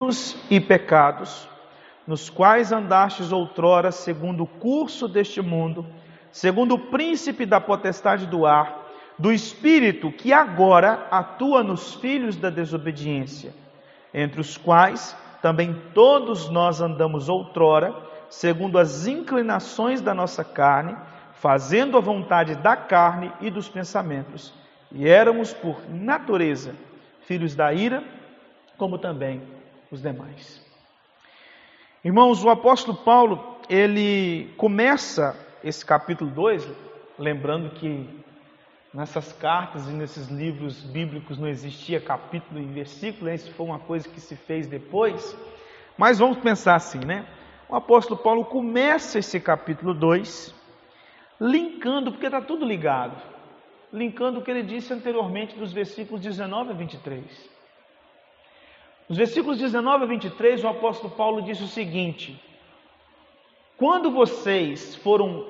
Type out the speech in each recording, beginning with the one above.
e pecados, nos quais andastes outrora segundo o curso deste mundo, segundo o príncipe da potestade do ar, do espírito que agora atua nos filhos da desobediência, entre os quais também todos nós andamos outrora, segundo as inclinações da nossa carne, fazendo a vontade da carne e dos pensamentos, e éramos por natureza filhos da ira, como também os demais. Irmãos, o apóstolo Paulo, ele começa esse capítulo 2, lembrando que nessas cartas e nesses livros bíblicos não existia capítulo e versículo, isso foi uma coisa que se fez depois, mas vamos pensar assim, né? O apóstolo Paulo começa esse capítulo 2, linkando, porque está tudo ligado, linkando o que ele disse anteriormente dos versículos 19 a 23. Nos versículos 19 a 23, o apóstolo Paulo diz o seguinte: quando vocês forem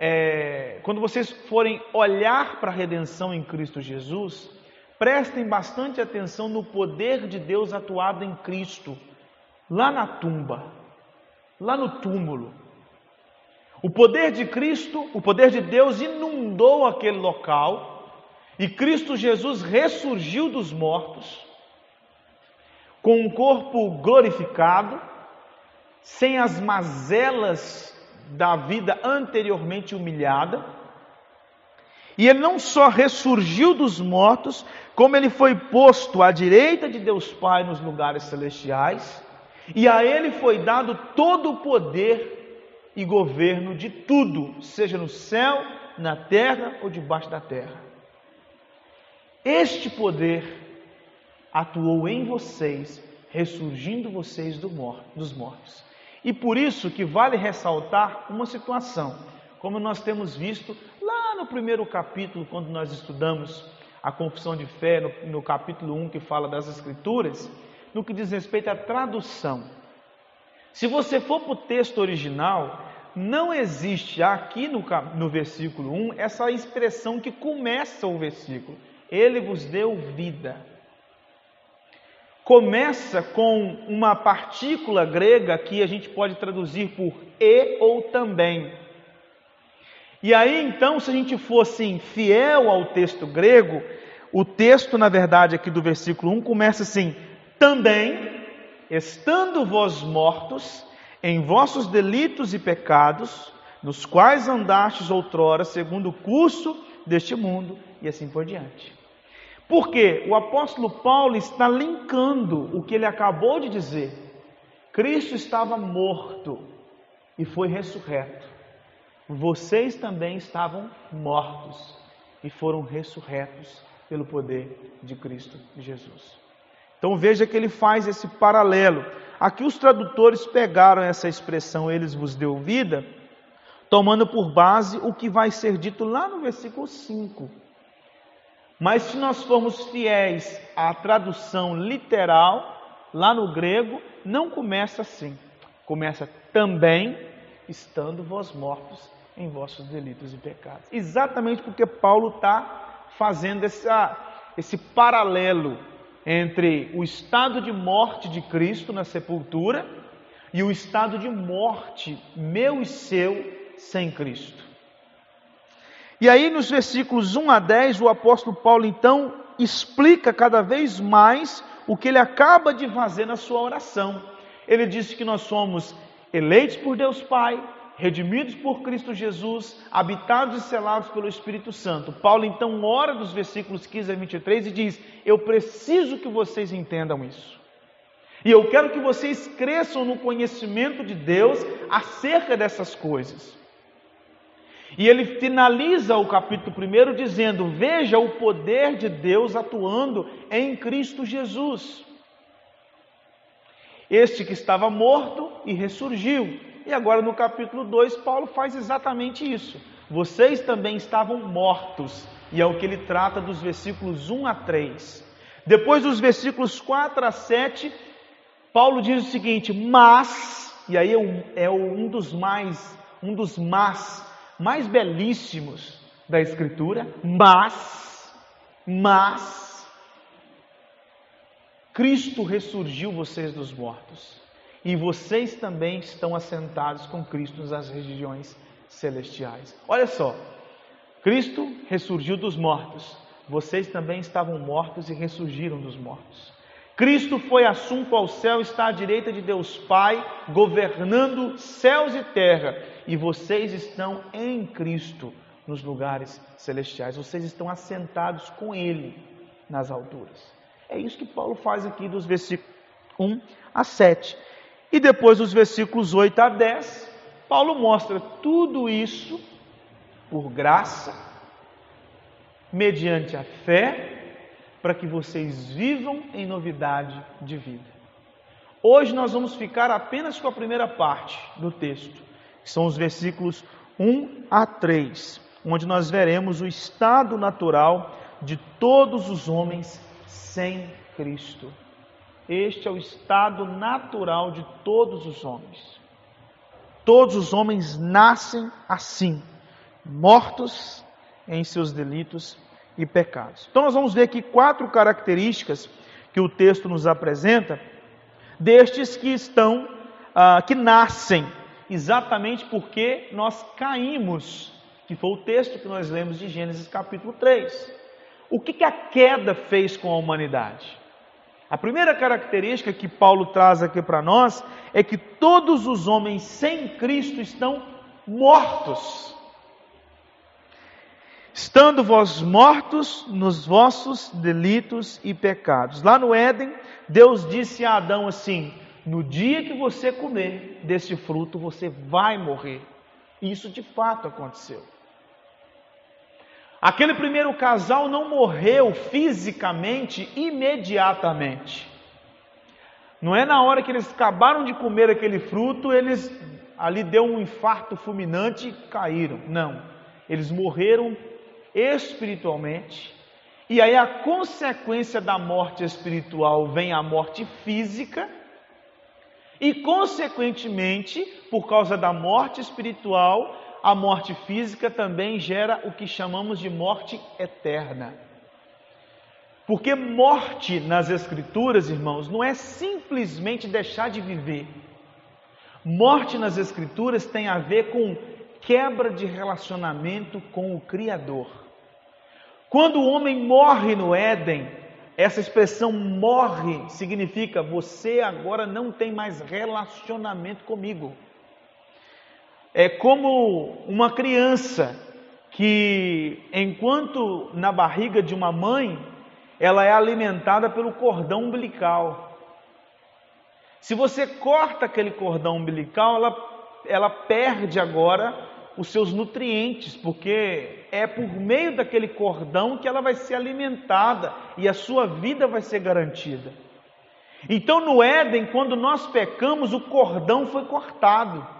olhar para a redenção em Cristo Jesus, prestem bastante atenção no poder de Deus atuado em Cristo, lá na tumba, lá no túmulo. O poder de Cristo, o poder de Deus inundou aquele local e Cristo Jesus ressurgiu dos mortos, com um corpo glorificado, sem as mazelas da vida anteriormente humilhada. E ele não só ressurgiu dos mortos, como ele foi posto à direita de Deus Pai nos lugares celestiais, e a ele foi dado todo o poder e governo de tudo, seja no céu, na terra ou debaixo da terra. Este poder atuou em vocês, ressurgindo vocês dos mortos. E por isso que vale ressaltar uma situação, como nós temos visto lá no primeiro capítulo, quando nós estudamos a confissão de fé, no capítulo 1, que fala das Escrituras, no que diz respeito à tradução. Se você for para o texto original, não existe aqui no versículo 1 essa expressão que começa o versículo: Ele vos deu vida. Começa com uma partícula grega que a gente pode traduzir por e ou também. E aí então, se a gente fosse fiel ao texto grego, o texto, na verdade, aqui do versículo 1 começa assim: também, estando vós mortos em vossos delitos e pecados, nos quais andastes outrora segundo o curso deste mundo, e assim por diante. Porque o apóstolo Paulo está linkando o que ele acabou de dizer. Cristo estava morto e foi ressurreto. Vocês também estavam mortos e foram ressurretos pelo poder de Cristo Jesus. Então veja que ele faz esse paralelo. Aqui os tradutores pegaram essa expressão, eles vos deu vida, tomando por base o que vai ser dito lá no versículo 5. Mas se nós formos fiéis à tradução literal, lá no grego, não começa assim. Começa também, estando vós mortos em vossos delitos e pecados. Exatamente porque Paulo está fazendo esse paralelo entre o estado de morte de Cristo na sepultura e o estado de morte meu e seu sem Cristo. E aí nos versículos 1 a 10, o apóstolo Paulo então explica cada vez mais o que ele acaba de fazer na sua oração. Ele disse que nós somos eleitos por Deus Pai, redimidos por Cristo Jesus, habitados e selados pelo Espírito Santo. Paulo então ora dos versículos 15 a 23 e diz: eu preciso que vocês entendam isso. E eu quero que vocês cresçam no conhecimento de Deus acerca dessas coisas. E ele finaliza o capítulo 1 dizendo: veja o poder de Deus atuando em Cristo Jesus. Este que estava morto e ressurgiu. E agora no capítulo 2, Paulo faz exatamente isso. Vocês também estavam mortos. E é o que ele trata dos versículos 1 a 3. Depois dos versículos 4 a 7, Paulo diz o seguinte: mas, e aí é um dos mais belíssimos da Escritura, mas, Cristo ressurgiu vocês dos mortos. E vocês também estão assentados com Cristo nas regiões celestiais. Olha só, Cristo ressurgiu dos mortos. Vocês também estavam mortos e ressurgiram dos mortos. Cristo foi assunto ao céu, está à direita de Deus Pai, governando céus e terra. E vocês estão em Cristo nos lugares celestiais. Vocês estão assentados com Ele nas alturas. É isso que Paulo faz aqui dos versículos 1 a 7. E depois dos versículos 8 a 10, Paulo mostra tudo isso por graça, mediante a fé, para que vocês vivam em novidade de vida. Hoje nós vamos ficar apenas com a primeira parte do texto, que são os versículos 1 a 3, onde nós veremos o estado natural de todos os homens sem Cristo. Este é o estado natural de todos os homens. Todos os homens nascem assim, mortos em seus delitos e pecados. Então nós vamos ver aqui 4 características que o texto nos apresenta destes que que nascem exatamente porque nós caímos, que foi o texto que nós lemos de Gênesis capítulo 3. O que a queda fez com a humanidade? A primeira característica que Paulo traz aqui para nós é que todos os homens sem Cristo estão mortos. Estando vós mortos nos vossos delitos e pecados. Lá no Éden, Deus disse a Adão assim: no dia que você comer deste fruto, você vai morrer. Isso de fato aconteceu. Aquele primeiro casal não morreu fisicamente imediatamente. Não é na hora que eles acabaram de comer aquele fruto, eles ali deu um infarto fulminante e caíram. Não, eles morreram espiritualmente. E aí a consequência da morte espiritual vem a morte física. E consequentemente, por causa da morte espiritual, a morte física também gera o que chamamos de morte eterna. Porque morte nas Escrituras, irmãos, não é simplesmente deixar de viver. Morte nas Escrituras tem a ver com quebra de relacionamento com o Criador. Quando o homem morre no Éden, essa expressão morre significa você agora não tem mais relacionamento comigo. É como uma criança que, enquanto na barriga de uma mãe, ela é alimentada pelo cordão umbilical. Se você corta aquele cordão umbilical, ela perde agora os seus nutrientes, porque é por meio daquele cordão que ela vai ser alimentada e a sua vida vai ser garantida. Então no Éden, quando nós pecamos, o cordão foi cortado.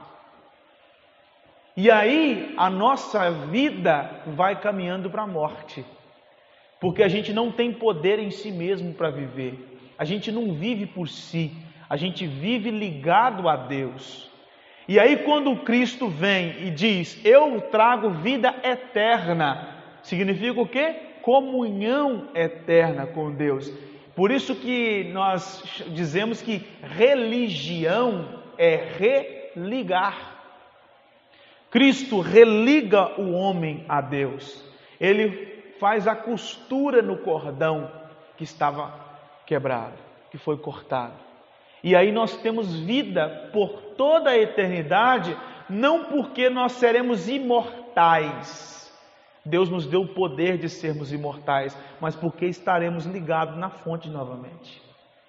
E aí a nossa vida vai caminhando para a morte, porque a gente não tem poder em si mesmo para viver, a gente não vive por si, a gente vive ligado a Deus. E aí quando Cristo vem e diz, eu trago vida eterna, significa o quê? Comunhão eterna com Deus. Por isso que nós dizemos que religião é religar. Cristo religa o homem a Deus. Ele faz a costura no cordão que estava quebrado, que foi cortado. E aí nós temos vida por toda a eternidade, não porque nós seremos imortais. Deus nos deu o poder de sermos imortais, mas porque estaremos ligados na fonte novamente.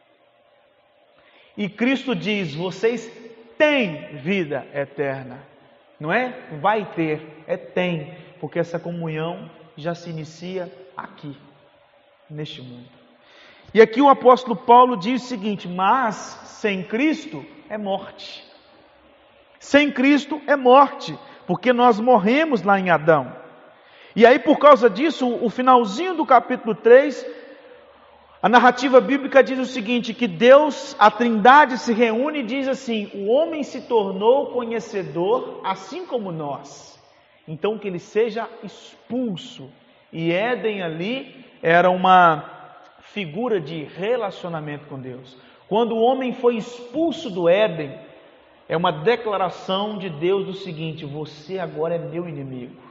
E Cristo diz, vocês têm vida eterna. Não é vai ter, é tem, porque essa comunhão já se inicia aqui, neste mundo. E aqui o apóstolo Paulo diz o seguinte, mas sem Cristo é morte. Sem Cristo é morte, porque nós morremos lá em Adão. E aí por causa disso, o finalzinho do capítulo 3, a narrativa bíblica diz o seguinte, que Deus, a Trindade se reúne e diz assim, o homem se tornou conhecedor assim como nós, então que ele seja expulso. E Éden ali era uma figura de relacionamento com Deus. Quando o homem foi expulso do Éden, é uma declaração de Deus do seguinte: você agora é meu inimigo.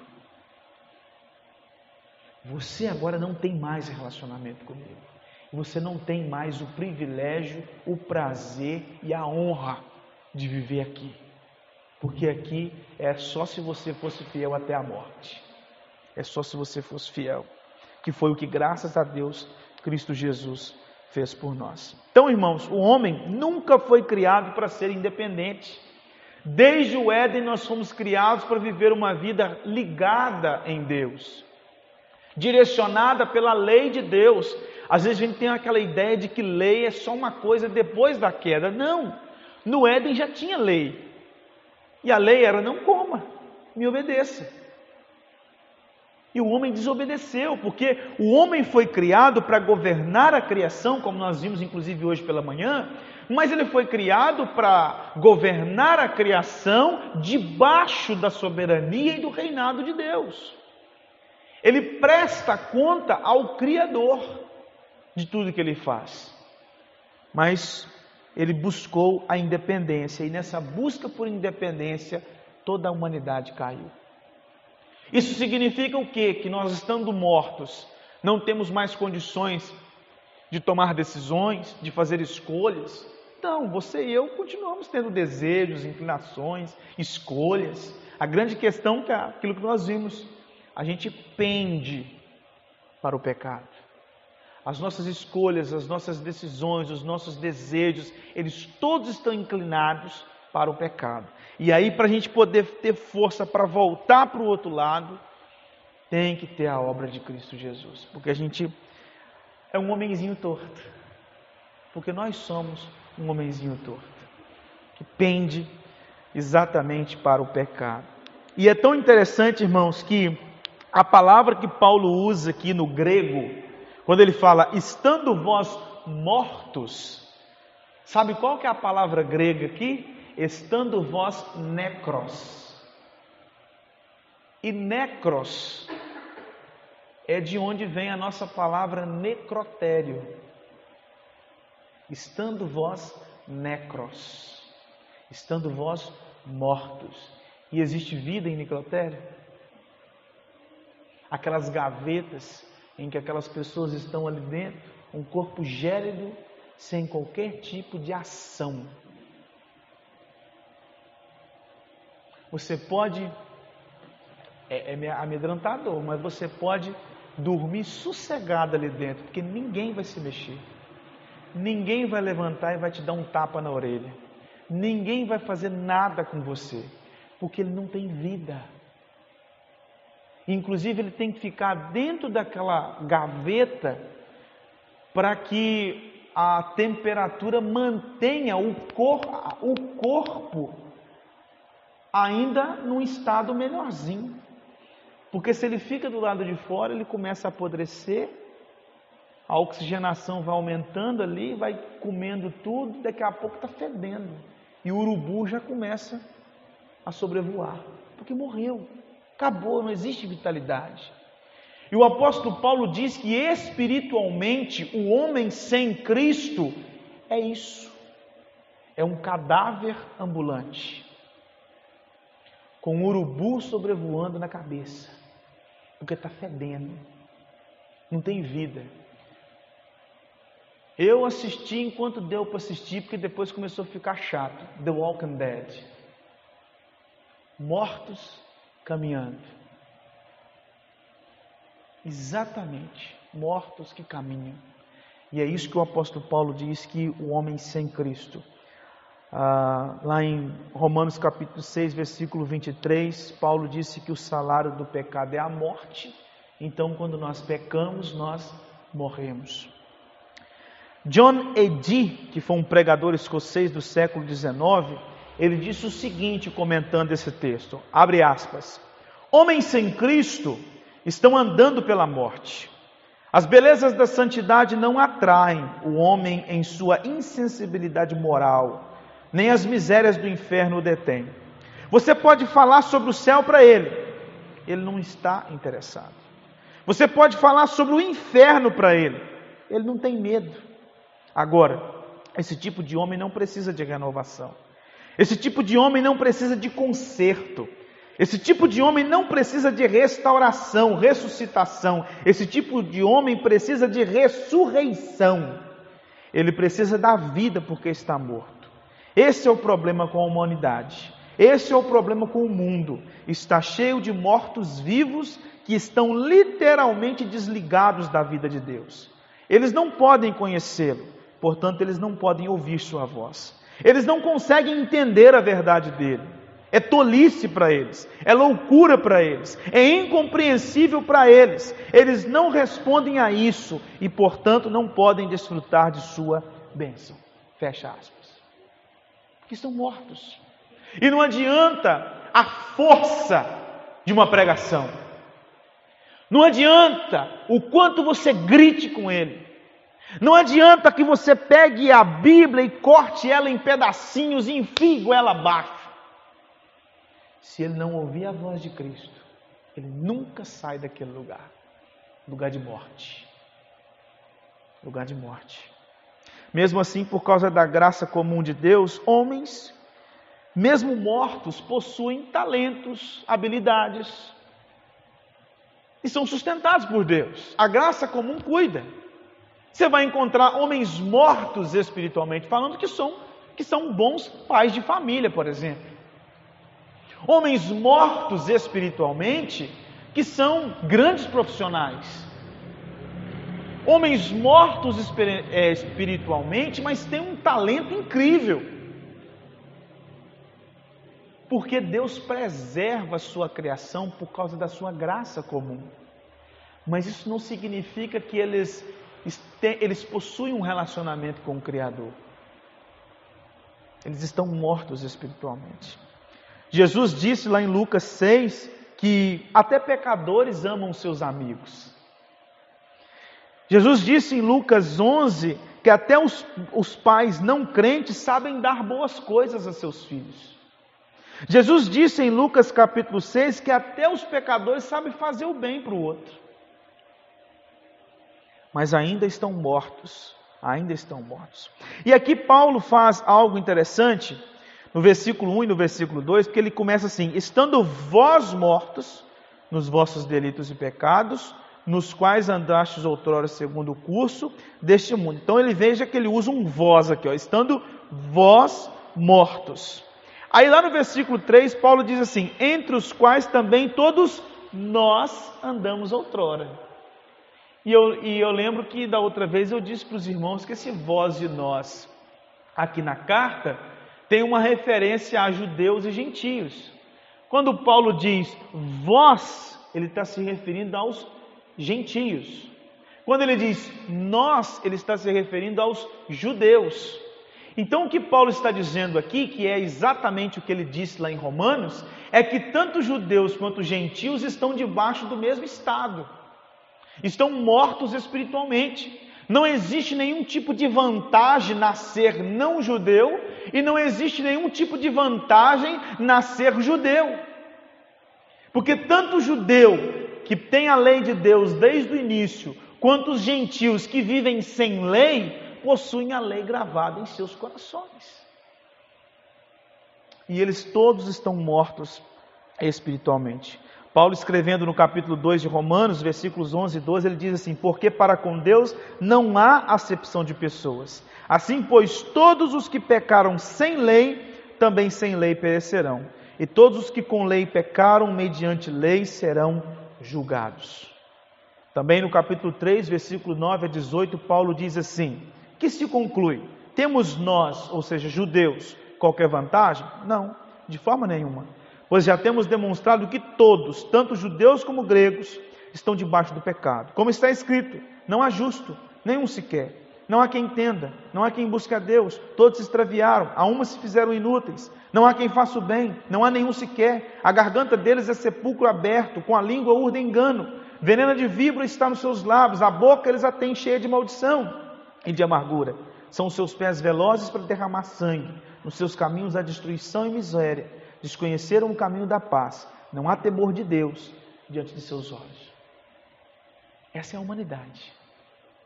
Você agora não tem mais relacionamento comigo. Você não tem mais o privilégio, o prazer e a honra de viver aqui. Porque aqui é só se você fosse fiel até a morte. É só se você fosse fiel. Que foi o que, graças a Deus, Cristo Jesus fez por nós. Então, irmãos, o homem nunca foi criado para ser independente. Desde o Éden nós fomos criados para viver uma vida ligada em Deus, direcionada pela lei de Deus. Às vezes a gente tem aquela ideia de que lei é só uma coisa depois da queda. Não, no Éden já tinha lei. E a lei era: não coma, me obedeça. E o homem desobedeceu, porque o homem foi criado para governar a criação, como nós vimos inclusive hoje pela manhã, mas ele foi criado para governar a criação debaixo da soberania e do reinado de Deus. Ele presta conta ao Criador de tudo que ele faz. Mas ele buscou a independência, e nessa busca por independência, toda a humanidade caiu. Isso significa o quê? Que nós, estando mortos, não temos mais condições de tomar decisões, de fazer escolhas. Então, você e eu continuamos tendo desejos, inclinações, escolhas. A grande questão é aquilo que nós vimos: a gente pende para o pecado. As nossas escolhas, as nossas decisões, os nossos desejos, eles todos estão inclinados para o pecado. E aí, para a gente poder ter força para voltar para o outro lado, tem que ter a obra de Cristo Jesus. Porque a gente é um homenzinho torto. Porque nós somos um homenzinho torto, que pende exatamente para o pecado. E é tão interessante, irmãos, que a palavra que Paulo usa aqui no grego, quando ele fala, estando vós mortos, sabe qual que é a palavra grega aqui? Estando vós necros. E necros é de onde vem a nossa palavra necrotério. Estando vós necros. Estando vós mortos. E existe vida em necrotério? Aquelas gavetas em que aquelas pessoas estão ali dentro, um corpo gélido, sem qualquer tipo de ação. Você pode, é amedrontador, mas você pode dormir sossegado ali dentro, porque ninguém vai se mexer. Ninguém vai levantar e vai te dar um tapa na orelha. Ninguém vai fazer nada com você, porque ele não tem vida. Inclusive ele tem que ficar dentro daquela gaveta para que a temperatura mantenha o corpo ainda num estado melhorzinho. Porque se ele fica do lado de fora, ele começa a apodrecer, a oxigenação vai aumentando ali, vai comendo tudo, daqui a pouco está fedendo. E o urubu já começa a sobrevoar, porque morreu, acabou, não existe vitalidade. E o apóstolo Paulo diz que espiritualmente o homem sem Cristo é isso, é um cadáver ambulante, com um urubu sobrevoando na cabeça, porque está fedendo, não tem vida. Eu assisti enquanto deu para assistir, porque depois começou a ficar chato. The Walking Dead. Mortos caminhando. Exatamente, mortos que caminham. E é isso que o apóstolo Paulo diz, que o homem sem Cristo. Lá em Romanos capítulo 6, versículo 23, Paulo disse que o salário do pecado é a morte. Então, quando nós pecamos, nós morremos. John Eddy, que foi um pregador escocês do século XIX, ele disse o seguinte, comentando esse texto, abre aspas: homens sem Cristo estão andando pela morte. As belezas da santidade não atraem o homem em sua insensibilidade moral, nem as misérias do inferno o detêm. Você pode falar sobre o céu para ele não está interessado. Você pode falar sobre o inferno para ele ele não tem medo. Agora, esse tipo de homem não precisa de renovação. Esse tipo de homem não precisa de conserto. Esse tipo de homem não precisa de restauração, ressuscitação. Esse tipo de homem precisa de ressurreição. Ele precisa da vida porque está morto. Esse é o problema com a humanidade. Esse é o problema com o mundo. Está cheio de mortos-vivos que estão literalmente desligados da vida de Deus. Eles não podem conhecê-lo, portanto, eles não podem ouvir sua voz. Eles não conseguem entender a verdade dele. É tolice para eles, é loucura para eles, é incompreensível para eles. Eles não respondem a isso e, portanto, não podem desfrutar de sua bênção. Fecha aspas. Porque estão mortos. E não adianta a força de uma pregação. Não adianta o quanto você grite com ele. Não adianta que você pegue a Bíblia e corte ela em pedacinhos e enfie ela abaixo. Se ele não ouvir a voz de Cristo, ele nunca sai daquele lugar. Lugar de morte. Lugar de morte. Mesmo assim, por causa da graça comum de Deus, homens, mesmo mortos, possuem talentos, habilidades. E são sustentados por Deus. A graça comum cuida. Você vai encontrar homens mortos espiritualmente, falando que são bons pais de família, por exemplo. Homens mortos espiritualmente, que são grandes profissionais. Homens mortos espiritualmente, mas têm um talento incrível. Porque Deus preserva a sua criação por causa da sua graça comum. Mas isso não significa que eles possuem um relacionamento com o Criador. Eles estão mortos espiritualmente. Jesus disse lá em Lucas 6 que até pecadores amam seus amigos. Jesus disse em Lucas 11 que até os pais não crentes sabem dar boas coisas a seus filhos. Jesus disse em Lucas capítulo 6 que até os pecadores sabem fazer o bem para o outro. Mas ainda estão mortos. Ainda estão mortos. E aqui Paulo faz algo interessante no versículo 1 e no versículo 2, porque ele começa assim: estando vós mortos nos vossos delitos e pecados, nos quais andastes outrora segundo o curso deste mundo. Então veja que ele usa um vós aqui, estando vós mortos. Aí lá no versículo 3, Paulo diz assim: entre os quais também todos nós andamos outrora. E eu lembro que da outra vez eu disse para os irmãos que esse vós e nós aqui na carta tem uma referência a judeus e gentios. Quando Paulo diz vós, ele está se referindo aos gentios. Quando ele diz nós, ele está se referindo aos judeus. Então o que Paulo está dizendo aqui, que é exatamente o que ele disse lá em Romanos, é que tanto judeus quanto gentios estão debaixo do mesmo estado. Estão mortos espiritualmente. Não existe nenhum tipo de vantagem nascer não judeu e não existe nenhum tipo de vantagem nascer judeu. Porque tanto o judeu que tem a lei de Deus desde o início, quanto os gentios que vivem sem lei, possuem a lei gravada em seus corações. E eles todos estão mortos espiritualmente. Paulo, escrevendo no capítulo 2 de Romanos, versículos 11 e 12, ele diz assim: porque para com Deus não há acepção de pessoas. Assim, pois, todos os que pecaram sem lei, também sem lei perecerão. E todos os que com lei pecaram, mediante lei, serão julgados. Também no capítulo 3, versículo 9 a 18, Paulo diz assim: que se conclui? Temos nós, ou seja, judeus, qualquer vantagem? Não, de forma nenhuma. Pois já temos demonstrado que todos, tanto judeus como gregos, estão debaixo do pecado. Como está escrito: não há justo, nenhum sequer. Não há quem entenda, não há quem busque a Deus. Todos se extraviaram, a uma se fizeram inúteis. Não há quem faça o bem, não há nenhum sequer. A garganta deles é sepulcro aberto, com a língua urdem engano. Veneno de víbora está nos seus lábios, a boca eles a têm cheia de maldição e de amargura. São os seus pés velozes para derramar sangue. Nos seus caminhos há destruição e miséria. Desconheceram o caminho da paz. Não há temor de Deus diante de seus olhos. Essa é a humanidade.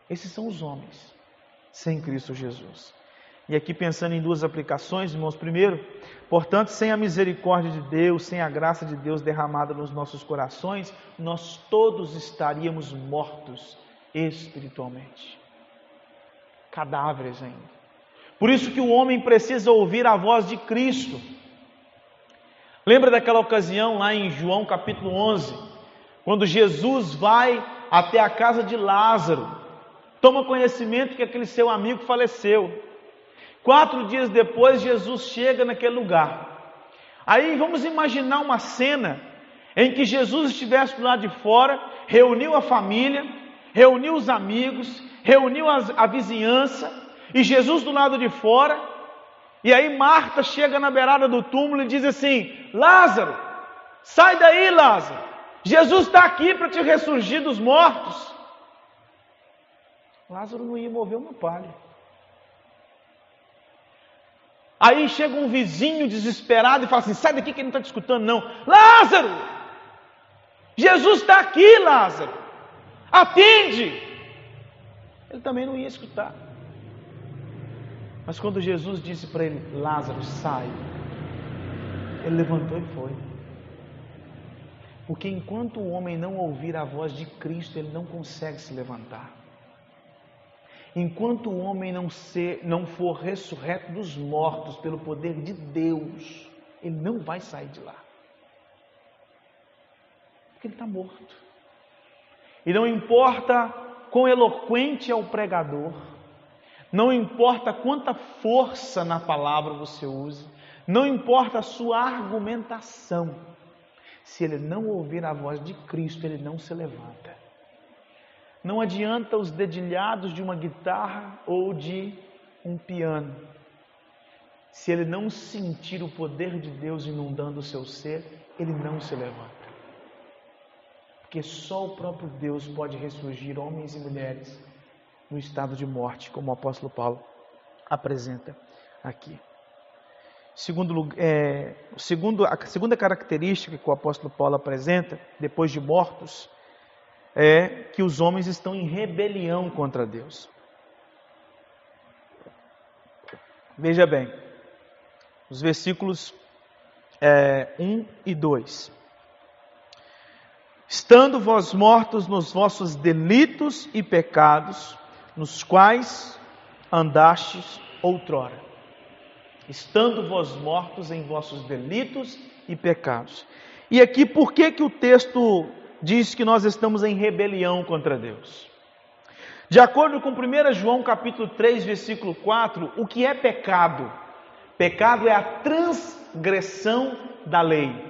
Esses são os homens sem Cristo Jesus. E aqui pensando em duas aplicações, irmãos. Primeiro, portanto, sem a misericórdia de Deus, sem a graça de Deus derramada nos nossos corações, nós todos estaríamos mortos espiritualmente. Cadáveres ainda. Por isso que o homem precisa ouvir a voz de Cristo. Lembra daquela ocasião lá em João capítulo 11, quando Jesus vai até a casa de Lázaro, toma conhecimento que aquele seu amigo faleceu. 4 dias depois, Jesus chega naquele lugar. Aí vamos imaginar uma cena em que Jesus estivesse do lado de fora, reuniu a família, reuniu os amigos, reuniu a vizinhança, e Jesus do lado de fora, e aí Marta chega na beirada do túmulo e diz assim: Lázaro, sai daí, Lázaro, Jesus está aqui para te ressurgir dos mortos. Lázaro não ia mover uma palha. Aí chega um vizinho desesperado e fala assim: sai daqui que ele não está te escutando não. Lázaro, Jesus está aqui, Lázaro, atende. Ele também não ia escutar. Mas quando Jesus disse para ele: Lázaro, sai, ele levantou e foi. Porque enquanto o homem não ouvir a voz de Cristo, ele não consegue se levantar. Enquanto o homem não for ressurreto dos mortos pelo poder de Deus, ele não vai sair de lá. Porque ele está morto. E não importa quão eloquente é o pregador, não importa quanta força na palavra você use, não importa a sua argumentação, se ele não ouvir a voz de Cristo, ele não se levanta. Não adianta os dedilhados de uma guitarra ou de um piano. Se ele não sentir o poder de Deus inundando o seu ser, ele não se levanta. Porque só o próprio Deus pode ressurgir homens e mulheres no estado de morte, como o apóstolo Paulo apresenta aqui. A segunda característica que o apóstolo Paulo apresenta, depois de mortos, é que os homens estão em rebelião contra Deus. Veja bem, os versículos 1 e 2. Estando vós mortos nos vossos delitos e pecados, nos quais andastes outrora. Estando vós mortos em vossos delitos e pecados. E aqui, por que o texto diz que nós estamos em rebelião contra Deus? De acordo com 1 João capítulo 3, versículo 4, o que é pecado? Pecado é a transgressão da lei.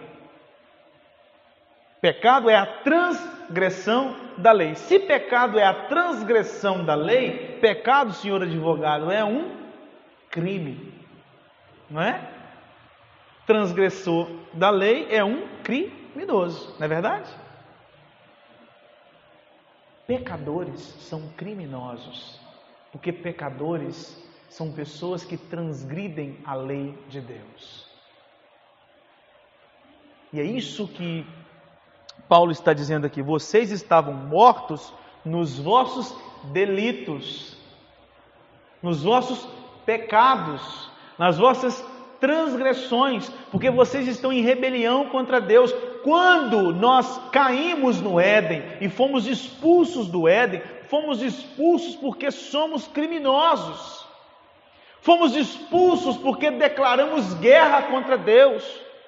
Pecado é a transgressão da lei. Se pecado é a transgressão da lei, pecado, senhor advogado, é um crime. Não é? Transgressor da lei é um criminoso, não é verdade? Pecadores são criminosos, porque pecadores são pessoas que transgridem a lei de Deus. E é isso que Paulo está dizendo aqui: vocês estavam mortos nos vossos delitos, nos vossos pecados, nas vossas transgressões, porque vocês estão em rebelião contra Deus. Quando nós caímos no Éden e fomos expulsos do Éden, fomos expulsos porque somos criminosos. Fomos expulsos porque declaramos guerra contra Deus.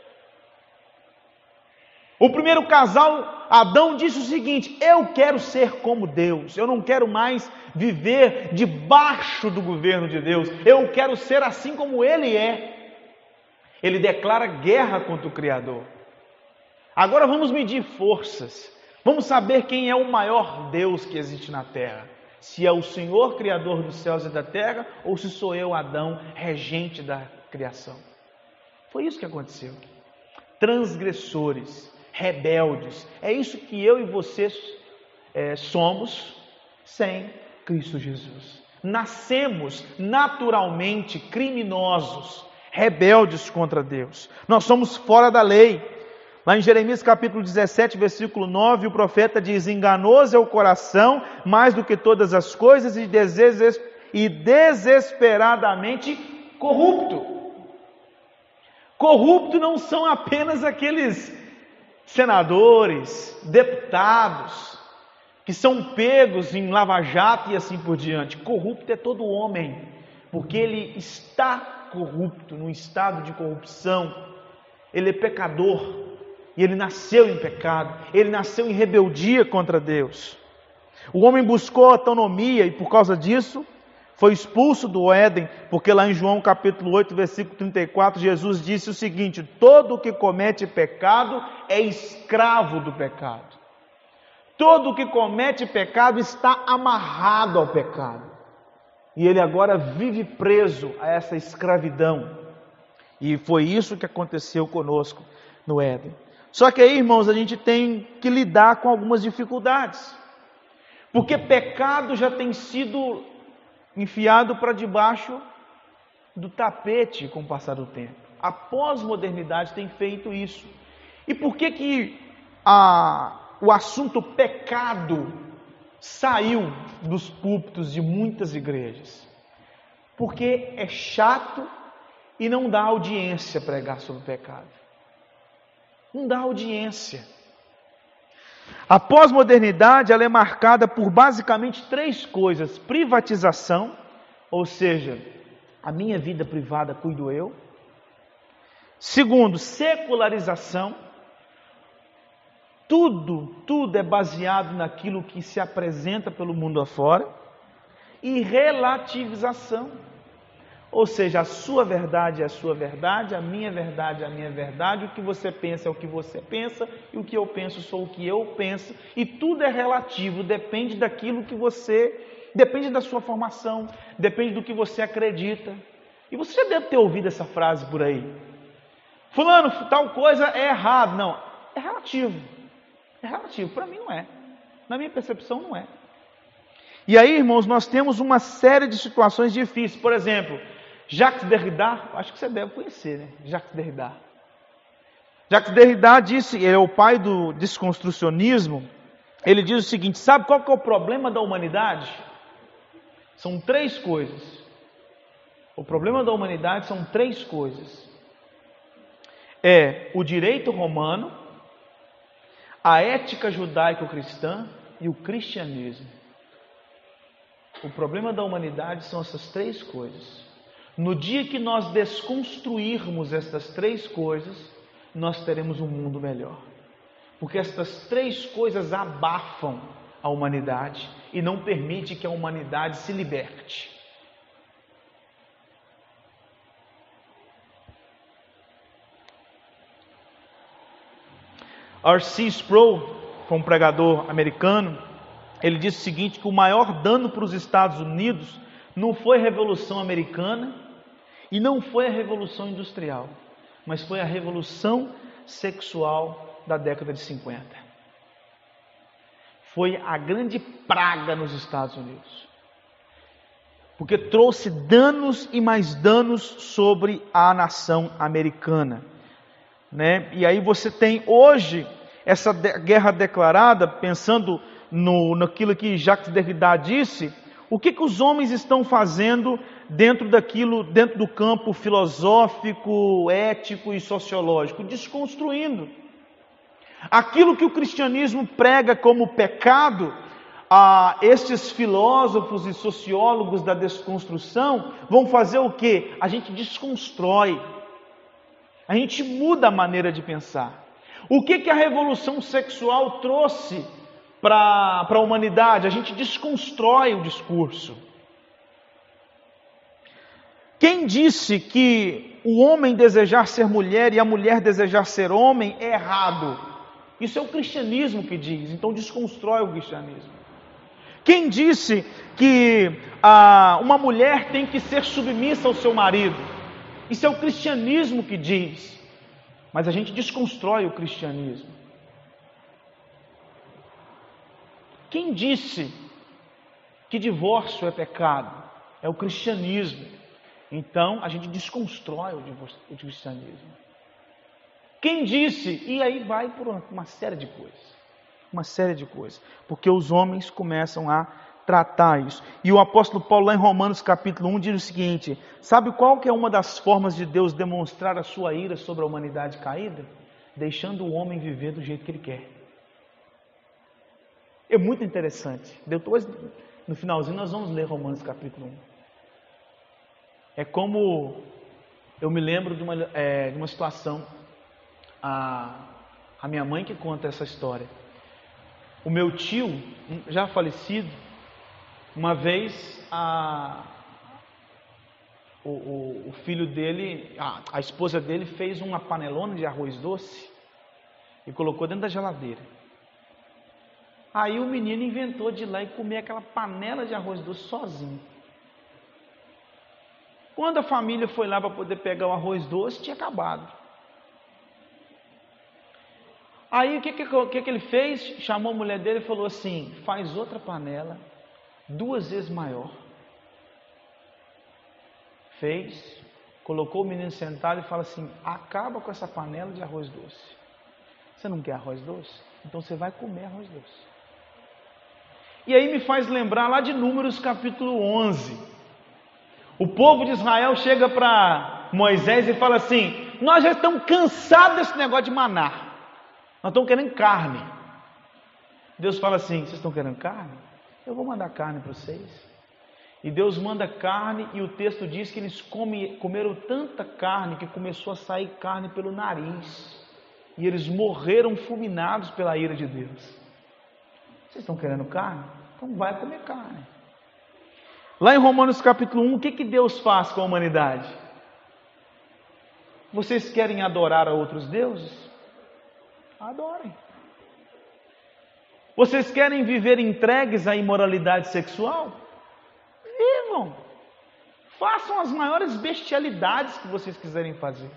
O primeiro casal, Adão, disse o seguinte: eu quero ser como Deus, eu não quero mais viver debaixo do governo de Deus, eu quero ser assim como Ele é. Ele declara guerra contra o Criador. Agora vamos medir forças, vamos saber quem é o maior Deus que existe na terra. Se é o Senhor, Criador dos céus e da terra, ou se sou eu, Adão, regente da criação. Foi isso que aconteceu. Transgressores, rebeldes, é isso que eu e vocês somos sem Cristo Jesus. Nascemos naturalmente criminosos, rebeldes contra Deus. Nós somos fora da lei. Lá em Jeremias capítulo 17, versículo 9, o profeta diz: enganoso é o coração, mais do que todas as coisas, e desesperadamente corrupto. Corrupto não são apenas aqueles senadores, deputados, que são pegos em lava-jato e assim por diante. Corrupto é todo homem, porque ele está corrupto, num estado de corrupção. Ele é pecador. E ele nasceu em pecado, ele nasceu em rebeldia contra Deus. O homem buscou autonomia e por causa disso foi expulso do Éden, porque lá em João capítulo 8, versículo 34, Jesus disse o seguinte: todo que comete pecado é escravo do pecado. Todo que comete pecado está amarrado ao pecado. E ele agora vive preso a essa escravidão. E foi isso que aconteceu conosco no Éden. Só que aí, irmãos, a gente tem que lidar com algumas dificuldades. Porque pecado já tem sido enfiado para debaixo do tapete com o passar do tempo. A pós-modernidade tem feito isso. E por que o assunto pecado saiu dos púlpitos de muitas igrejas? Porque é chato e não dá audiência pregar sobre pecado. Não dá audiência. A pós-modernidade ela é marcada por basicamente 3 coisas: privatização, ou seja, a minha vida privada cuido eu. Segundo, secularização. Tudo é baseado naquilo que se apresenta pelo mundo afora. E relativização. Ou seja, a sua verdade é a sua verdade, a minha verdade é a minha verdade, o que você pensa é o que você pensa, e o que eu penso sou o que eu penso, e tudo é relativo, depende daquilo que depende da sua formação, depende do que você acredita. E você já deve ter ouvido essa frase por aí: fulano, tal coisa é errado. Não, é relativo. É relativo, para mim não é. Na minha percepção não é. E aí, irmãos, nós temos uma série de situações difíceis. Por exemplo, Jacques Derrida, acho que você deve conhecer, né? Jacques Derrida. Jacques Derrida disse, ele é o pai do desconstrucionismo. Ele diz o seguinte: sabe qual que é o problema da humanidade? São 3 coisas. O problema da humanidade são 3 coisas. É o direito romano, a ética judaico-cristã e o cristianismo. O problema da humanidade são essas 3 coisas. No dia que nós desconstruirmos essas 3 coisas, nós teremos um mundo melhor. Porque essas 3 coisas abafam a humanidade e não permitem que a humanidade se liberte. R.C. Sproul, um pregador americano, ele disse o seguinte, que o maior dano para os Estados Unidos não foi a Revolução Americana e não foi a Revolução Industrial, mas foi a Revolução Sexual da década de 50. Foi a grande praga nos Estados Unidos, porque trouxe danos e mais danos sobre a nação americana, né? E aí você tem hoje essa guerra declarada, pensando naquilo que Jacques Derrida disse. O que os homens estão fazendo dentro do campo filosófico, ético e sociológico? Desconstruindo. Aquilo que o cristianismo prega como pecado, estes filósofos e sociólogos da desconstrução vão fazer o quê? A gente desconstrói. A gente muda a maneira de pensar. O que a revolução sexual trouxe para a humanidade? A gente desconstrói o discurso. Quem disse que o homem desejar ser mulher e a mulher desejar ser homem é errado? Isso é o cristianismo que diz, então desconstrói o cristianismo. Quem disse que uma mulher tem que ser submissa ao seu marido? Isso é o cristianismo que diz, mas a gente desconstrói o cristianismo. Quem disse que divórcio é pecado? É o cristianismo. Então a gente desconstrói o cristianismo. Quem disse? E aí vai por uma série de coisas. Uma série de coisas. Porque os homens começam a tratar isso. E o apóstolo Paulo, lá em Romanos capítulo 1, diz o seguinte: sabe qual que é uma das formas de Deus demonstrar a sua ira sobre a humanidade caída? Deixando o homem viver do jeito que ele quer. É muito interessante. Depois, no finalzinho, nós vamos ler Romanos capítulo 1. É como eu me lembro de uma situação, a minha mãe que conta essa história. O meu tio, já falecido, uma vez o filho dele, a esposa dele fez uma panelona de arroz doce e colocou dentro da geladeira. Aí o menino inventou de ir lá e comer aquela panela de arroz doce sozinho. Quando a família foi lá para poder pegar o arroz doce, tinha acabado. Aí o que ele fez? Chamou a mulher dele e falou assim: faz outra panela, 2 vezes maior. Fez, colocou o menino sentado e fala assim: acaba com essa panela de arroz doce. Você não quer arroz doce? Então você vai comer arroz doce. E aí me faz lembrar lá de Números capítulo 11. O povo de Israel chega para Moisés e fala assim: nós já estamos cansados desse negócio de maná. Nós estamos querendo carne. Deus fala assim: vocês estão querendo carne? Eu vou mandar carne para vocês. E Deus manda carne, e o texto diz que eles comeram tanta carne que começou a sair carne pelo nariz. E eles morreram fulminados pela ira de Deus. Vocês estão querendo carne? Então vai comer carne. Lá em Romanos capítulo 1, o que Deus faz com a humanidade? Vocês querem adorar a outros deuses? Adorem. Vocês querem viver entregues à imoralidade sexual? Vivam. Façam as maiores bestialidades que vocês quiserem fazer.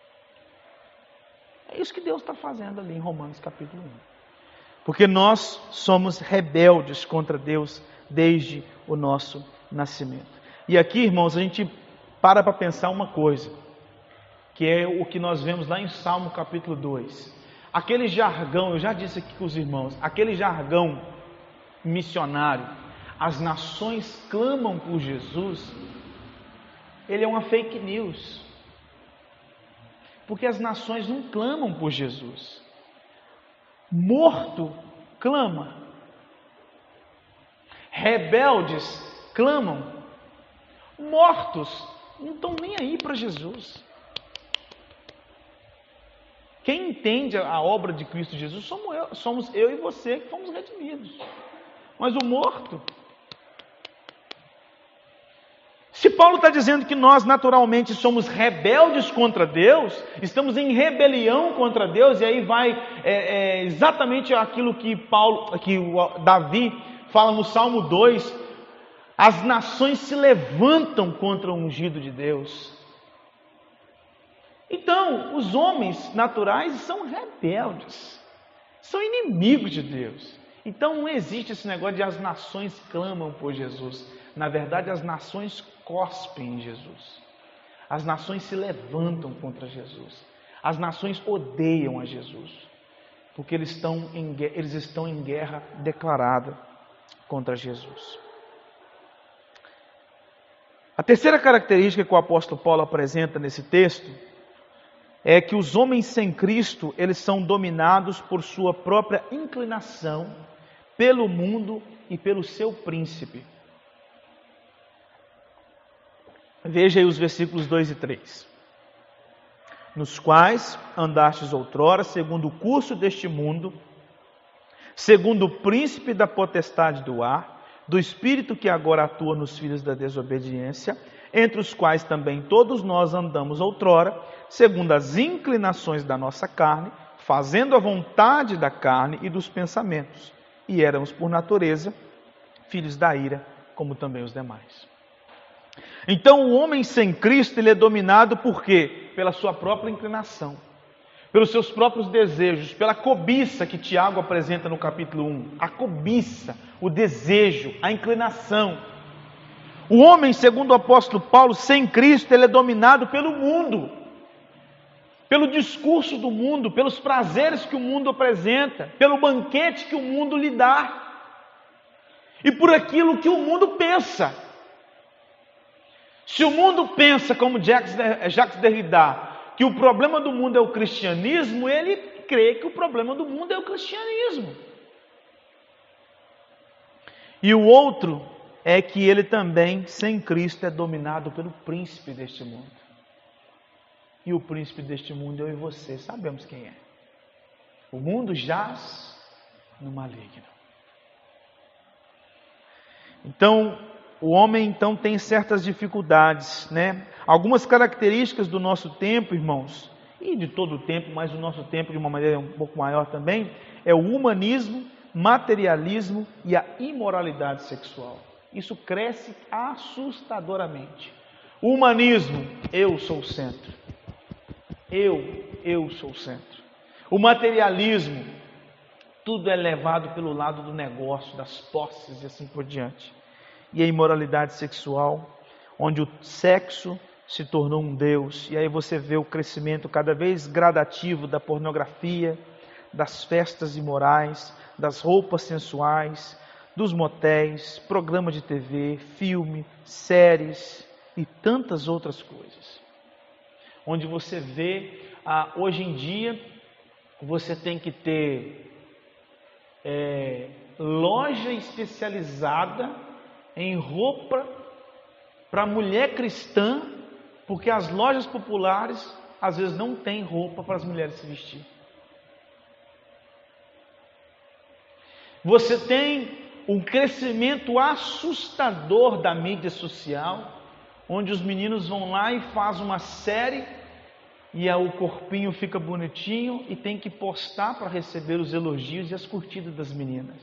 É isso que Deus está fazendo ali em Romanos capítulo 1. Porque nós somos rebeldes contra Deus desde o nosso nascimento. E aqui, irmãos, a gente para pensar uma coisa, que é o que nós vemos lá em Salmo capítulo 2. Aquele jargão, eu já disse aqui com os irmãos, aquele jargão missionário, as nações clamam por Jesus, ele é uma fake news. Porque as nações não clamam por Jesus. Morto clama. Rebeldes clamam. Mortos não estão nem aí para Jesus. Quem entende a obra de Cristo Jesus somos eu e você que fomos redimidos. Mas o morto... Se Paulo está dizendo que nós naturalmente somos rebeldes contra Deus, estamos em rebelião contra Deus, e aí vai exatamente aquilo que Davi fala no Salmo 2, as nações se levantam contra o ungido de Deus. Então, os homens naturais são rebeldes, são inimigos de Deus. Então não existe esse negócio de as nações clamam por Jesus. Na verdade, as nações cospem em Jesus. As nações se levantam contra Jesus. As nações odeiam a Jesus. Porque eles estão em guerra declarada contra Jesus. A terceira característica que o apóstolo Paulo apresenta nesse texto é que os homens sem Cristo, eles são dominados por sua própria inclinação, pelo mundo e pelo seu príncipe. Veja aí os versículos 2 e 3. Nos quais andastes outrora, segundo o curso deste mundo, segundo o príncipe da potestade do ar, do espírito que agora atua nos filhos da desobediência, entre os quais também todos nós andamos outrora, segundo as inclinações da nossa carne, fazendo a vontade da carne e dos pensamentos. E éramos, por natureza, filhos da ira, como também os demais. Então, o homem sem Cristo, ele é dominado por quê? Pela sua própria inclinação, pelos seus próprios desejos, pela cobiça que Tiago apresenta no capítulo 1. A cobiça, o desejo, a inclinação. O homem, segundo o apóstolo Paulo, sem Cristo, ele é dominado pelo mundo, pelo discurso do mundo, pelos prazeres que o mundo apresenta, pelo banquete que o mundo lhe dá, e por aquilo que o mundo pensa. Se o mundo pensa, como Jacques Derrida, que o problema do mundo é o cristianismo, ele crê que o problema do mundo é o cristianismo. E o outro é que ele também, sem Cristo, é dominado pelo príncipe deste mundo. E o príncipe deste mundo, eu e você, sabemos quem é. O mundo jaz no maligno. Então, o homem tem certas dificuldades, né? Algumas características do nosso tempo, irmãos, e de todo o tempo, mas o nosso tempo de uma maneira um pouco maior também, é o humanismo, materialismo e a imoralidade sexual. Isso cresce assustadoramente. O humanismo, eu sou o centro. Eu sou o centro. O materialismo, tudo é levado pelo lado do negócio, das posses e assim por diante. E a imoralidade sexual, onde o sexo se tornou um Deus. E aí você vê o crescimento cada vez gradativo da pornografia, das festas imorais, das roupas sensuais, dos motéis, programas de TV, filme, séries e tantas outras coisas. Onde você vê, hoje em dia, você tem que ter loja especializada em roupa para mulher cristã, porque as lojas populares às vezes não têm roupa para as mulheres se vestir. Você tem um crescimento assustador da mídia social, onde os meninos vão lá e fazem uma série e o corpinho fica bonitinho e tem que postar para receber os elogios e as curtidas das meninas.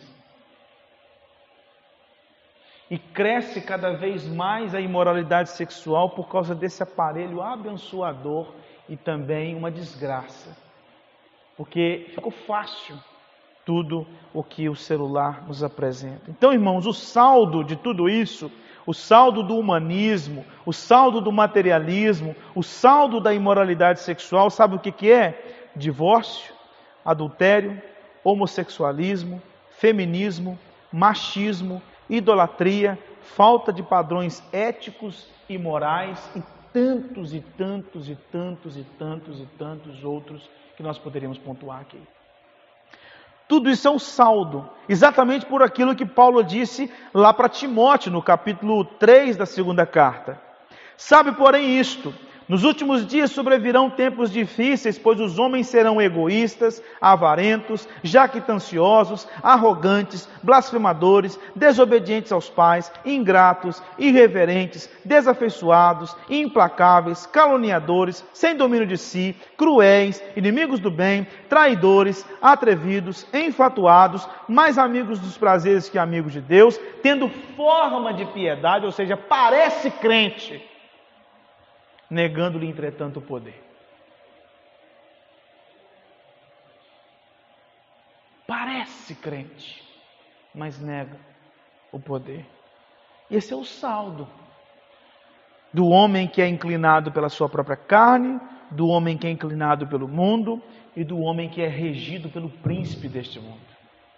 E cresce cada vez mais a imoralidade sexual por causa desse aparelho abençoador e também uma desgraça. Porque ficou fácil tudo o que o celular nos apresenta. Então, irmãos, o saldo de tudo isso, o saldo do humanismo, o saldo do materialismo, o saldo da imoralidade sexual, sabe o que é? Divórcio, adultério, homossexualismo, feminismo, machismo, idolatria, falta de padrões éticos e morais e tantos e tantos e tantos e tantos e tantos outros que nós poderíamos pontuar aqui. Tudo isso é um saldo, exatamente por aquilo que Paulo disse lá para Timóteo, no capítulo 3 da segunda carta. Sabe, porém, isto: nos últimos dias sobrevirão tempos difíceis, pois os homens serão egoístas, avarentos, jactanciosos, arrogantes, blasfemadores, desobedientes aos pais, ingratos, irreverentes, desafeiçoados, implacáveis, caluniadores, sem domínio de si, cruéis, inimigos do bem, traidores, atrevidos, enfatuados, mais amigos dos prazeres que amigos de Deus, tendo forma de piedade, ou seja, parece crente, negando-lhe, entretanto, o poder. Parece crente, mas nega o poder. Esse é o saldo do homem que é inclinado pela sua própria carne, do homem que é inclinado pelo mundo e do homem que é regido pelo príncipe deste mundo.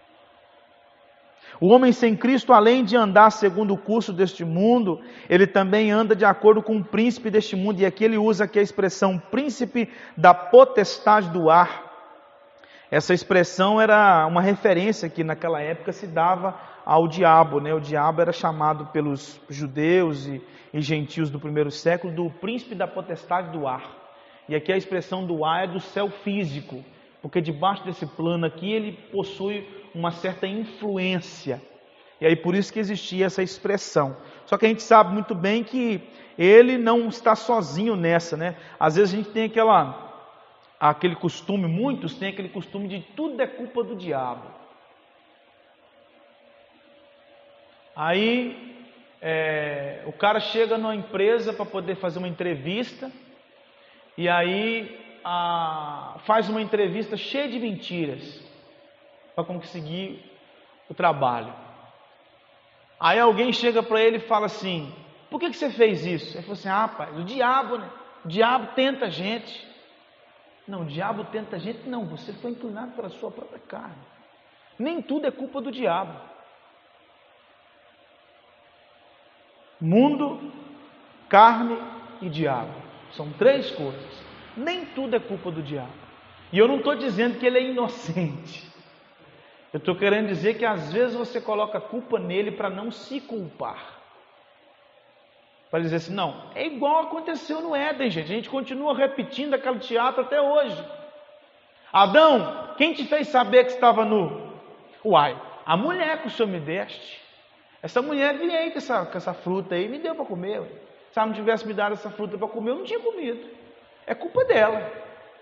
O homem sem Cristo, além de andar segundo o curso deste mundo, ele também anda de acordo com o príncipe deste mundo. E aqui ele usa aqui a expressão príncipe da potestade do ar. Essa expressão era uma referência que naquela época se dava ao diabo, né? O diabo era chamado pelos judeus e gentios do primeiro século do príncipe da potestade do ar. E aqui a expressão do ar é do céu físico, porque debaixo desse plano aqui ele possui uma certa influência. E aí por isso que existia essa expressão. Só que a gente sabe muito bem que ele não está sozinho nessa, né? Às vezes a gente tem aquele costume, muitos têm aquele costume de tudo é culpa do diabo. Aí o cara chega numa empresa para poder fazer uma entrevista e aí faz uma entrevista cheia de mentiras para conseguir o trabalho. Aí alguém chega para ele e fala assim: por que você fez isso? Ele falou assim: rapaz, o diabo, né? O diabo tenta a gente. Não, o diabo tenta a gente. Não, você foi inclinado pela sua própria carne. Nem tudo é culpa do diabo. Mundo, carne e diabo. São três coisas. Nem tudo é culpa do diabo. E eu não estou dizendo que ele é inocente. Eu estou querendo dizer que às vezes você coloca a culpa nele para não se culpar. Para dizer assim, não, é igual aconteceu no Éden, gente. A gente continua repetindo aquele teatro até hoje. Adão, quem te fez saber que estava nu? Uai, a mulher que o Senhor me deste. Essa mulher veio aí com essa fruta aí e me deu para comer. Se ela não tivesse me dado essa fruta para comer, eu não tinha comido. É culpa dela.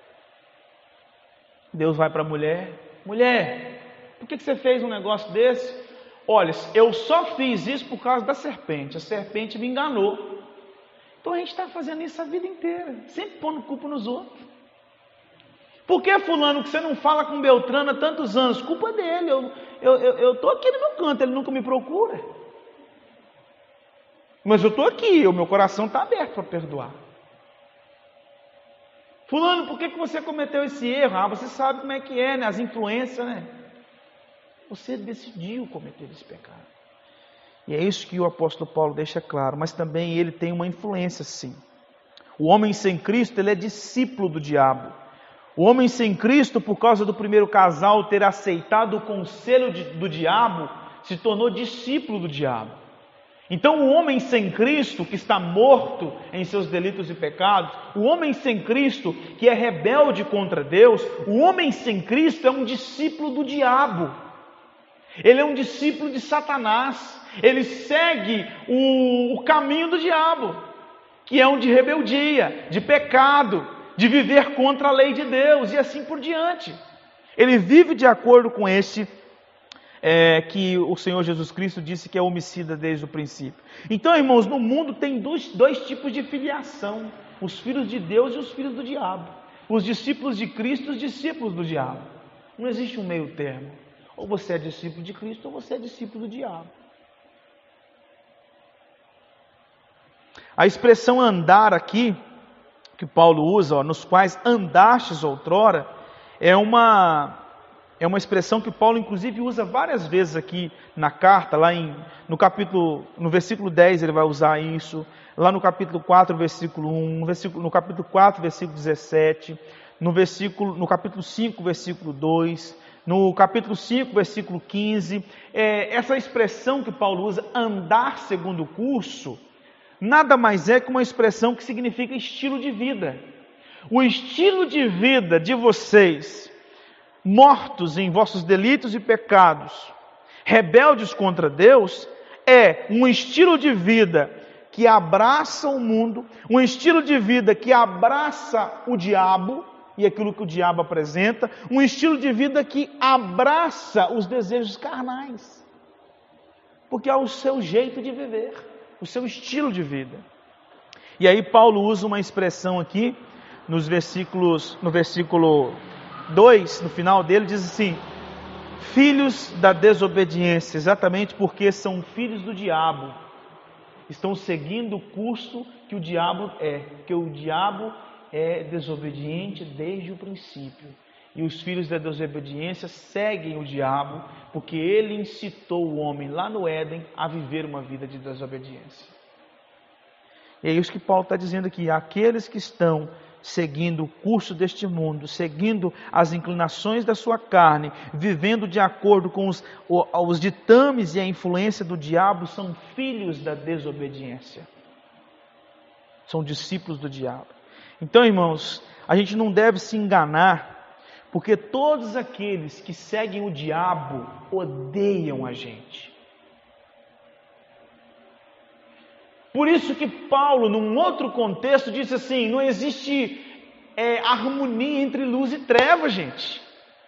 Deus vai para a mulher. Mulher, por que você fez um negócio desse? Olha, eu só fiz isso por causa da serpente. A serpente me enganou. Então a gente está fazendo isso a vida inteira. Sempre pondo culpa nos outros. Por que fulano que você não fala com Beltrano há tantos anos? Culpa dele. Eu estou aqui no meu canto, ele nunca me procura. Mas eu estou aqui, o meu coração está aberto para perdoar. Fulano, por que você cometeu esse erro? Ah, você sabe como é que é, né? As influências, né? Você decidiu cometer esse pecado. E é isso que o apóstolo Paulo deixa claro. Mas também ele tem uma influência, sim. O homem sem Cristo, ele é discípulo do diabo. O homem sem Cristo, por causa do primeiro casal ter aceitado o conselho do diabo, se tornou discípulo do diabo. Então o homem sem Cristo, que está morto em seus delitos e pecados, o homem sem Cristo, que é rebelde contra Deus, o homem sem Cristo é um discípulo do diabo. Ele é um discípulo de Satanás. Ele segue o caminho do diabo, que é um de rebeldia, de pecado, de viver contra a lei de Deus e assim por diante. Ele vive de acordo com esse que o Senhor Jesus Cristo disse que é homicida desde o princípio. Então, irmãos, no mundo tem dois tipos de filiação: os filhos de Deus e os filhos do diabo. Os discípulos de Cristo e os discípulos do diabo. Não existe um meio termo. Ou você é discípulo de Cristo ou você é discípulo do diabo. A expressão andar aqui, que Paulo usa, nos quais andastes outrora, é uma expressão que Paulo inclusive usa várias vezes aqui na carta, lá no versículo 10 ele vai usar isso, lá no capítulo 4, versículo 1, no capítulo 4, versículo 17, no capítulo 5, versículo 2, no capítulo 5, versículo 15, essa expressão que Paulo usa, andar segundo o curso, nada mais é que uma expressão que significa estilo de vida. O estilo de vida de vocês, mortos em vossos delitos e pecados, rebeldes contra Deus, é um estilo de vida que abraça o mundo, um estilo de vida que abraça o diabo e aquilo que o diabo apresenta, um estilo de vida que abraça os desejos carnais, porque é o seu jeito de viver, o seu estilo de vida. E aí Paulo usa uma expressão aqui, no versículo 2, no final dele, diz assim: filhos da desobediência, exatamente porque são filhos do diabo, estão seguindo o curso que o diabo é, porque o diabo é desobediente desde o princípio, e os filhos da desobediência seguem o diabo, porque ele incitou o homem lá no Éden a viver uma vida de desobediência. E é isso que Paulo está dizendo aqui: aqueles que estão seguindo o curso deste mundo, seguindo as inclinações da sua carne, vivendo de acordo com os ditames e a influência do diabo, são filhos da desobediência, são discípulos do diabo. Então, irmãos, a gente não deve se enganar, porque todos aqueles que seguem o diabo odeiam a gente. Por isso que Paulo, num outro contexto, disse assim: não existe harmonia entre luz e treva, gente.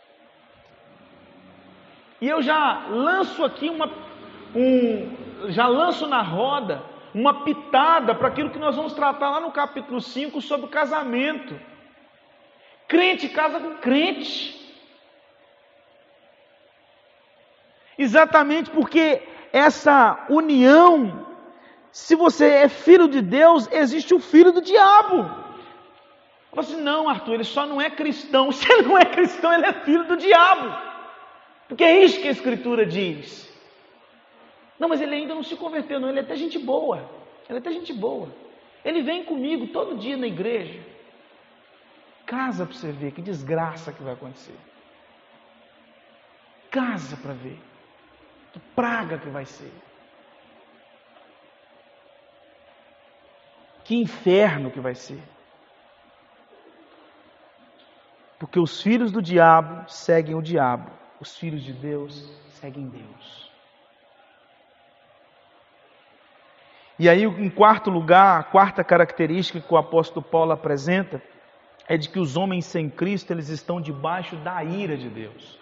E eu já lanço aqui já lanço na roda uma pitada para aquilo que nós vamos tratar lá no capítulo 5 sobre o casamento. Crente casa com crente. Exatamente porque essa união, se você é filho de Deus, existe o filho do diabo. Fala assim, não, Arthur, ele só não é cristão. Se ele não é cristão, ele é filho do diabo. Porque é isso que a Escritura diz. Não, mas ele ainda não se converteu, não. Ele é até gente boa. Ele é até gente boa. Ele vem comigo todo dia na igreja. Casa para você ver que desgraça que vai acontecer. Casa para ver. Que praga que vai ser. Que inferno que vai ser. Porque os filhos do diabo seguem o diabo. Os filhos de Deus seguem Deus. E aí, em quarto lugar, a quarta característica que o apóstolo Paulo apresenta é de que os homens sem Cristo, eles estão debaixo da ira de Deus.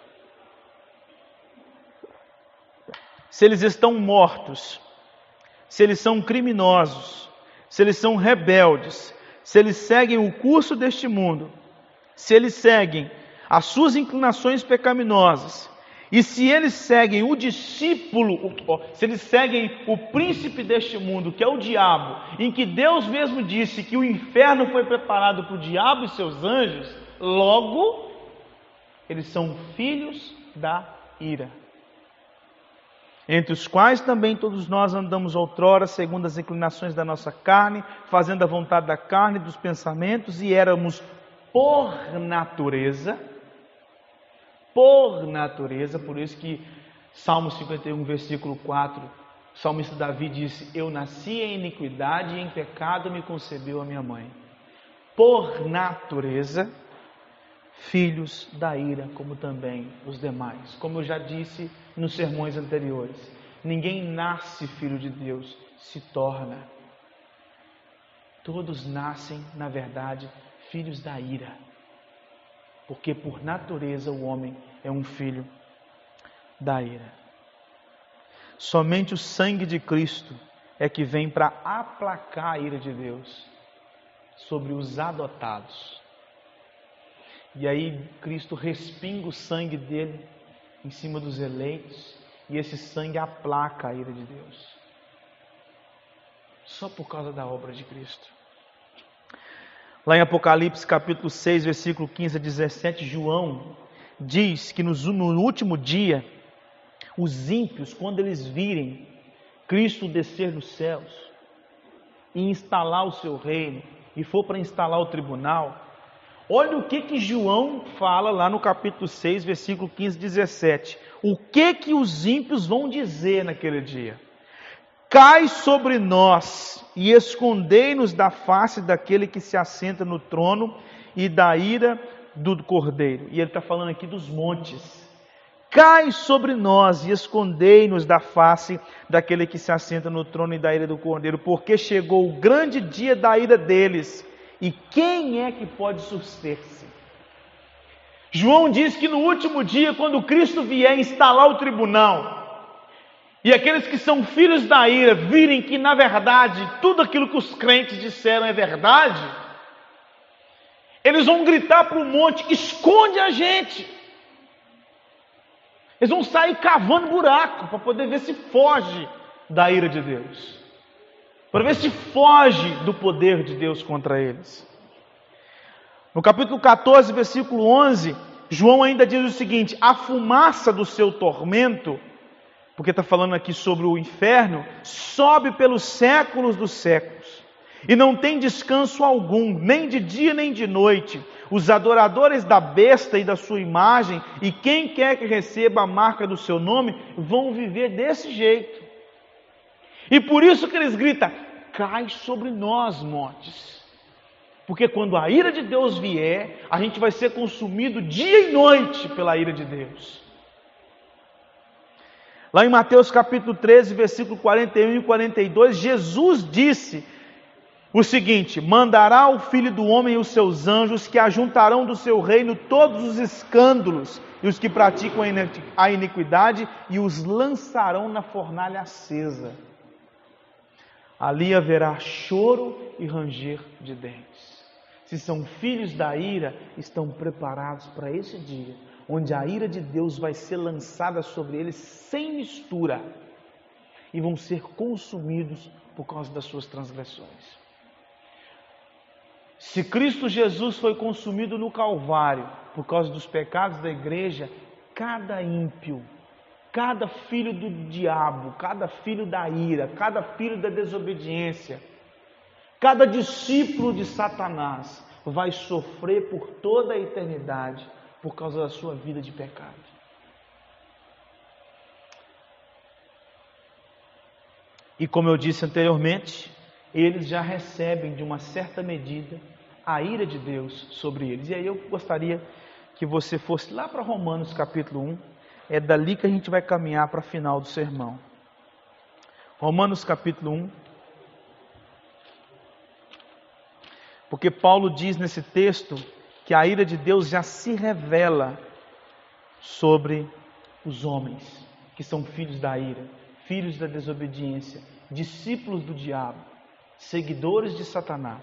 Se eles estão mortos, se eles são criminosos, se eles são rebeldes, se eles seguem o curso deste mundo, se eles seguem as suas inclinações pecaminosas, e se eles seguem o discípulo, se eles seguem o príncipe deste mundo, que é o diabo, em que Deus mesmo disse que o inferno foi preparado para o diabo e seus anjos, logo, eles são filhos da ira. Entre os quais também todos nós andamos outrora, segundo as inclinações da nossa carne, fazendo a vontade da carne e dos pensamentos, e éramos por natureza, por isso que Salmo 51, versículo 4, o salmista Davi disse, eu nasci em iniquidade e em pecado me concebeu a minha mãe. Por natureza, filhos da ira, como também os demais. Como eu já disse nos sermões anteriores, ninguém nasce filho de Deus, se torna. Todos nascem, na verdade, filhos da ira. Porque por natureza o homem é um filho da ira. Somente o sangue de Cristo é que vem para aplacar a ira de Deus sobre os adotados. E aí Cristo respinga o sangue dele em cima dos eleitos, e esse sangue aplaca a ira de Deus. Só por causa da obra de Cristo. Lá em Apocalipse capítulo 6, versículo 15 a 17, João diz que no último dia, os ímpios, quando eles virem Cristo descer dos céus e instalar o seu reino, e for para instalar o tribunal, olha o que João fala lá no capítulo 6, versículo 15 e 17. O que os ímpios vão dizer naquele dia? Cai sobre nós e escondei-nos da face daquele que se assenta no trono e da ira do Cordeiro. E ele está falando aqui dos montes. Cai sobre nós e escondei-nos da face daquele que se assenta no trono e da ira do Cordeiro, porque chegou o grande dia da ira deles. E quem é que pode suster-se? João diz que no último dia, quando Cristo vier instalar o tribunal, e aqueles que são filhos da ira virem que, na verdade, tudo aquilo que os crentes disseram é verdade, eles vão gritar para o monte, esconde a gente. Eles vão sair cavando buraco para poder ver se foge da ira de Deus. Para ver se foge do poder de Deus contra eles. No capítulo 14, versículo 11, João ainda diz o seguinte, a fumaça do seu tormento, porque está falando aqui sobre o inferno, sobe pelos séculos dos séculos, e não tem descanso algum, nem de dia nem de noite. Os adoradores da besta e da sua imagem, e quem quer que receba a marca do seu nome, vão viver desse jeito. E por isso que eles gritam, cai sobre nós, montes. Porque quando a ira de Deus vier, a gente vai ser consumido dia e noite pela ira de Deus. Lá em Mateus capítulo 13, versículo 41 e 42, Jesus disse o seguinte, mandará o Filho do Homem e os seus anjos, que ajuntarão do seu reino todos os escândalos e os que praticam a iniquidade, e os lançarão na fornalha acesa. Ali haverá choro e ranger de dentes. Se são filhos da ira, estão preparados para esse dia, onde a ira de Deus vai ser lançada sobre eles sem mistura, e vão ser consumidos por causa das suas transgressões. Se Cristo Jesus foi consumido no Calvário por causa dos pecados da igreja, cada ímpio, cada filho do diabo, cada filho da ira, cada filho da desobediência, cada discípulo de Satanás vai sofrer por toda a eternidade por causa da sua vida de pecado. E como eu disse anteriormente, eles já recebem de uma certa medida a ira de Deus sobre eles. E aí eu gostaria que você fosse lá para Romanos capítulo 1, é dali que a gente vai caminhar para o final do sermão. Romanos capítulo 1. Porque Paulo diz nesse texto que a ira de Deus já se revela sobre os homens, que são filhos da ira, filhos da desobediência, discípulos do diabo, seguidores de Satanás.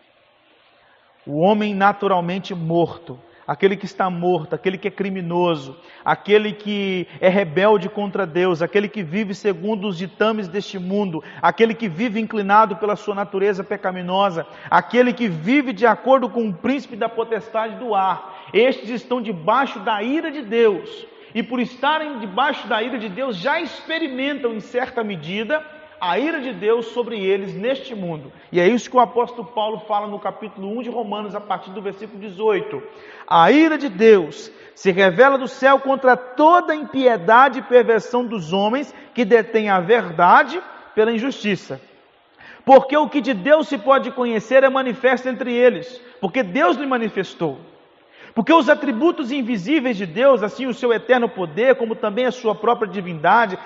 O homem naturalmente morto, aquele que está morto, aquele que é criminoso, aquele que é rebelde contra Deus, aquele que vive segundo os ditames deste mundo, aquele que vive inclinado pela sua natureza pecaminosa, aquele que vive de acordo com o príncipe da potestade do ar, estes estão debaixo da ira de Deus, e por estarem debaixo da ira de Deus, já experimentam em certa medida a ira de Deus sobre eles neste mundo. E é isso que o apóstolo Paulo fala no capítulo 1 de Romanos, a partir do versículo 18. A ira de Deus se revela do céu contra toda impiedade e perversão dos homens que detêm a verdade pela injustiça. Porque o que de Deus se pode conhecer é manifesto entre eles, porque Deus lhe manifestou. Porque os atributos invisíveis de Deus, assim o seu eterno poder, como também a sua própria divindade,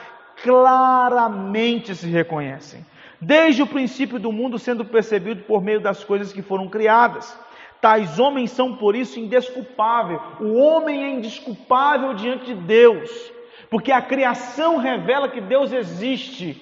claramente se reconhecem, desde o princípio do mundo sendo percebido por meio das coisas que foram criadas. Tais homens são por isso indesculpáveis. O homem é indesculpável diante de Deus, porque a criação revela que Deus existe.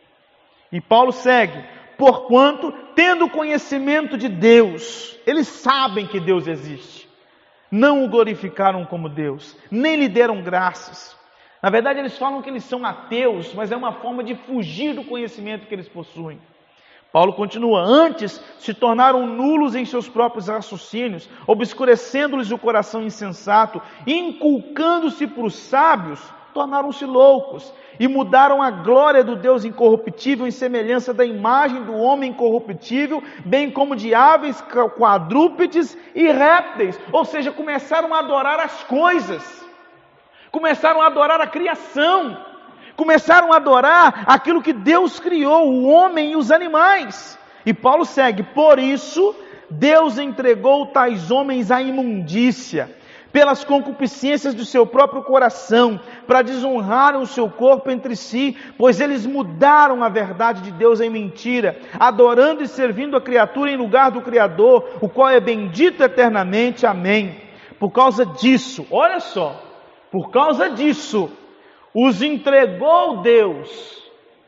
E Paulo segue: porquanto, tendo conhecimento de Deus, eles sabem que Deus existe, não o glorificaram como Deus, nem lhe deram graças. Na verdade, eles falam que eles são ateus, mas é uma forma de fugir do conhecimento que eles possuem. Paulo continua: antes se tornaram nulos em seus próprios raciocínios, obscurecendo-lhes o coração insensato, inculcando-se para os sábios, tornaram-se loucos, e mudaram a glória do Deus incorruptível em semelhança da imagem do homem incorruptível, bem como de aves, quadrúpedes e répteis. Ou seja, começaram a adorar as coisas, começaram a adorar a criação, começaram a adorar aquilo que Deus criou, o homem e os animais. E Paulo segue: por isso Deus entregou tais homens à imundícia, pelas concupiscências do seu próprio coração, para desonrarem o seu corpo entre si, pois eles mudaram a verdade de Deus em mentira, adorando e servindo a criatura em lugar do Criador, o qual é bendito eternamente. Amém. Por causa disso, olha só, por causa disso, os entregou Deus.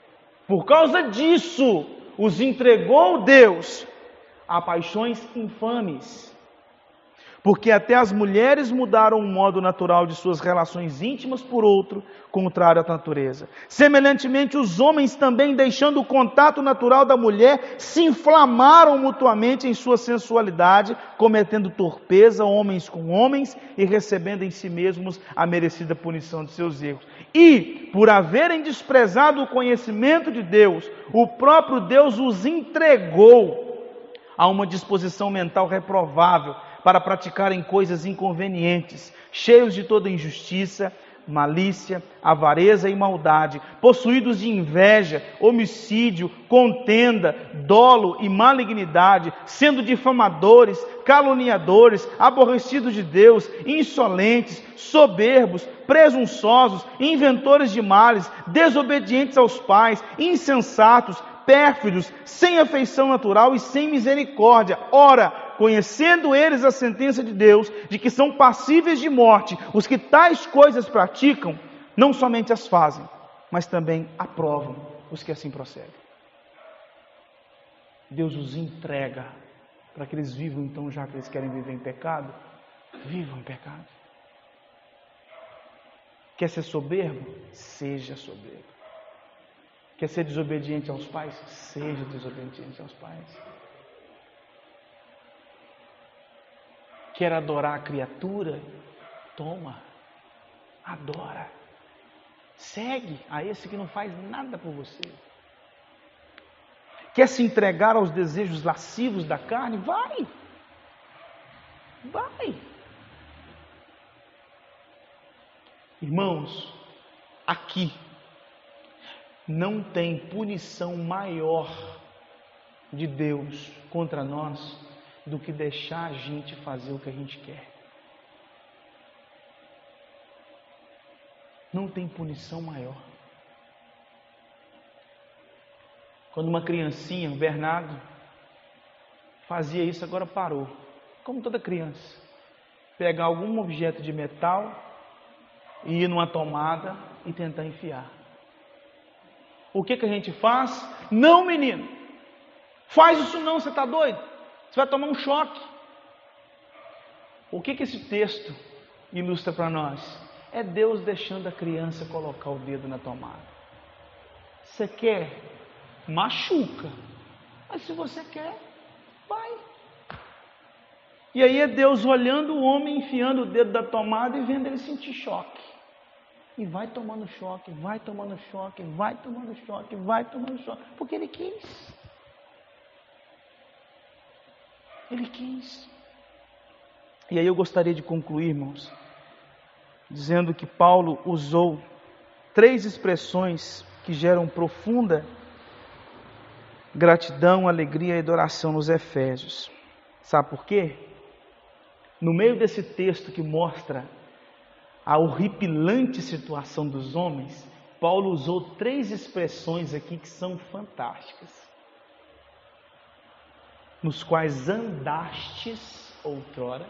Por causa disso, os entregou Deus a paixões infames. Porque até as mulheres mudaram o modo natural de suas relações íntimas por outro, contrário à natureza. Semelhantemente, os homens também, deixando o contato natural da mulher, se inflamaram mutuamente em sua sensualidade, cometendo torpeza homens com homens e recebendo em si mesmos a merecida punição de seus erros. E, por haverem desprezado o conhecimento de Deus, o próprio Deus os entregou a uma disposição mental reprovável, para praticarem coisas inconvenientes, cheios de toda injustiça, malícia, avareza e maldade, possuídos de inveja, homicídio, contenda, dolo e malignidade, sendo difamadores, caluniadores, aborrecidos de Deus, insolentes, soberbos, presunçosos, inventores de males, desobedientes aos pais, insensatos, pérfidos, sem afeição natural e sem misericórdia. Ora, conhecendo eles a sentença de Deus, de que são passíveis de morte os que tais coisas praticam, não somente as fazem, mas também aprovam os que assim procedem. Deus os entrega para que eles vivam, então, já que eles querem viver em pecado, vivam em pecado. Quer ser soberbo? Seja soberbo. Quer ser desobediente aos pais? Seja desobediente aos pais. Quer adorar a criatura? Toma, adora. Segue a esse que não faz nada por você. Quer se entregar aos desejos lascivos da carne? Vai. Irmãos, aqui não tem punição maior de Deus contra nós do que deixar a gente fazer o que a gente quer. Não tem punição maior. Quando uma criancinha, o Bernardo, fazia isso, agora parou. Como toda criança. Pegar algum objeto de metal e ir numa tomada e tentar enfiar. O que a gente faz? Não, menino, faz isso não, você está doido? Você vai tomar um choque. O que esse texto ilustra para nós? É Deus deixando a criança colocar o dedo na tomada. Você quer? Machuca. Mas se você quer, vai. E aí é Deus olhando o homem, enfiando o dedo da tomada e vendo ele sentir choque. E vai tomando choque, vai tomando choque, vai tomando choque, vai tomando choque. Porque ele quis. Ele quis. E aí eu gostaria de concluir, irmãos, dizendo que Paulo usou 3 expressões que geram profunda gratidão, alegria e adoração nos Efésios. Sabe por quê? No meio desse texto que mostra a horripilante situação dos homens, Paulo usou 3 expressões aqui que são fantásticas. Nos quais andastes outrora,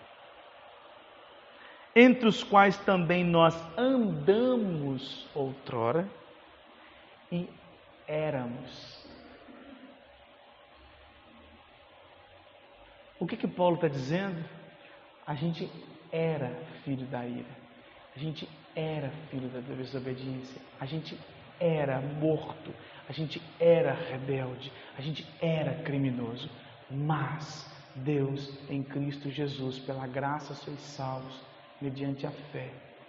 entre os quais também nós andamos outrora e éramos. O que Paulo está dizendo? A gente era filho da ira, a gente era filho da desobediência, a gente era morto, a gente era rebelde, a gente era criminoso, mas Deus em Cristo Jesus, pela graça sois salvos, mediante a fé.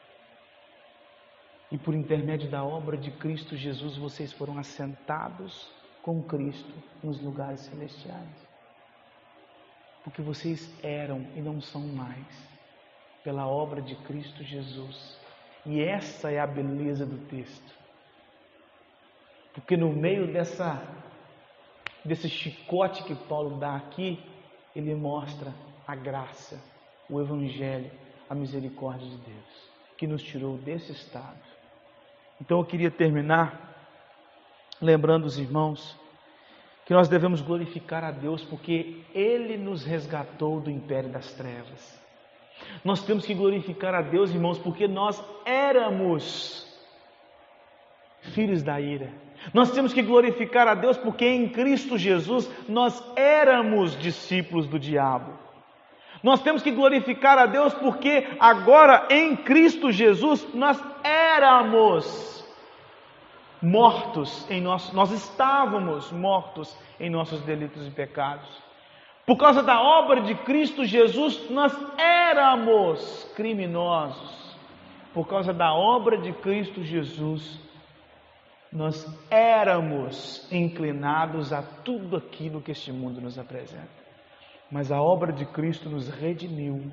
E por intermédio da obra de Cristo Jesus, vocês foram assentados com Cristo nos lugares celestiais. Porque vocês eram e não são mais, pela obra de Cristo Jesus. E essa é a beleza do texto. Porque no meio desse chicote que Paulo dá aqui, ele mostra a graça, o Evangelho, a misericórdia de Deus, que nos tirou desse estado. Então eu queria terminar lembrando os irmãos que nós devemos glorificar a Deus porque Ele nos resgatou do império das trevas. Nós temos que glorificar a Deus, irmãos, porque nós éramos filhos da ira. Nós temos que glorificar a Deus porque em Cristo Jesus nós éramos discípulos do diabo. Nós temos que glorificar a Deus porque agora em Cristo Jesus nós éramos mortos nós estávamos mortos em nossos delitos e pecados. Por causa da obra de Cristo Jesus, nós éramos criminosos. Por causa da obra de Cristo Jesus, nós éramos inclinados a tudo aquilo que este mundo nos apresenta. Mas a obra de Cristo nos redimiu,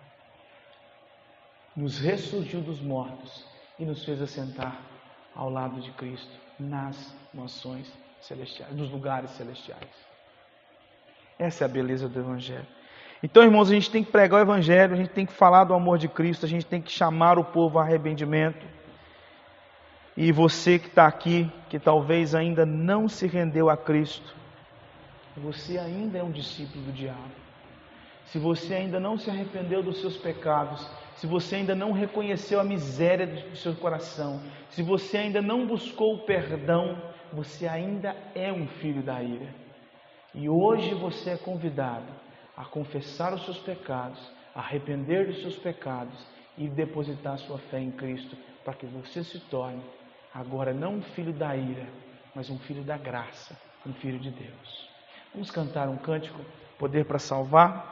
nos ressurgiu dos mortos e nos fez assentar ao lado de Cristo nas mansões celestiais, nos lugares celestiais. Essa é a beleza do Evangelho. Então, irmãos, a gente tem que pregar o Evangelho, a gente tem que falar do amor de Cristo, a gente tem que chamar o povo ao arrependimento. E você que está aqui, que talvez ainda não se rendeu a Cristo, você ainda é um discípulo do diabo. Se você ainda não se arrependeu dos seus pecados, se você ainda não reconheceu a miséria do seu coração, se você ainda não buscou o perdão, você ainda é um filho da ira. E hoje você é convidado a confessar os seus pecados, a arrepender dos seus pecados e depositar sua fé em Cristo, para que você se torne agora não um filho da ira, mas um filho da graça, um filho de Deus. Vamos cantar um cântico, Poder para Salvar?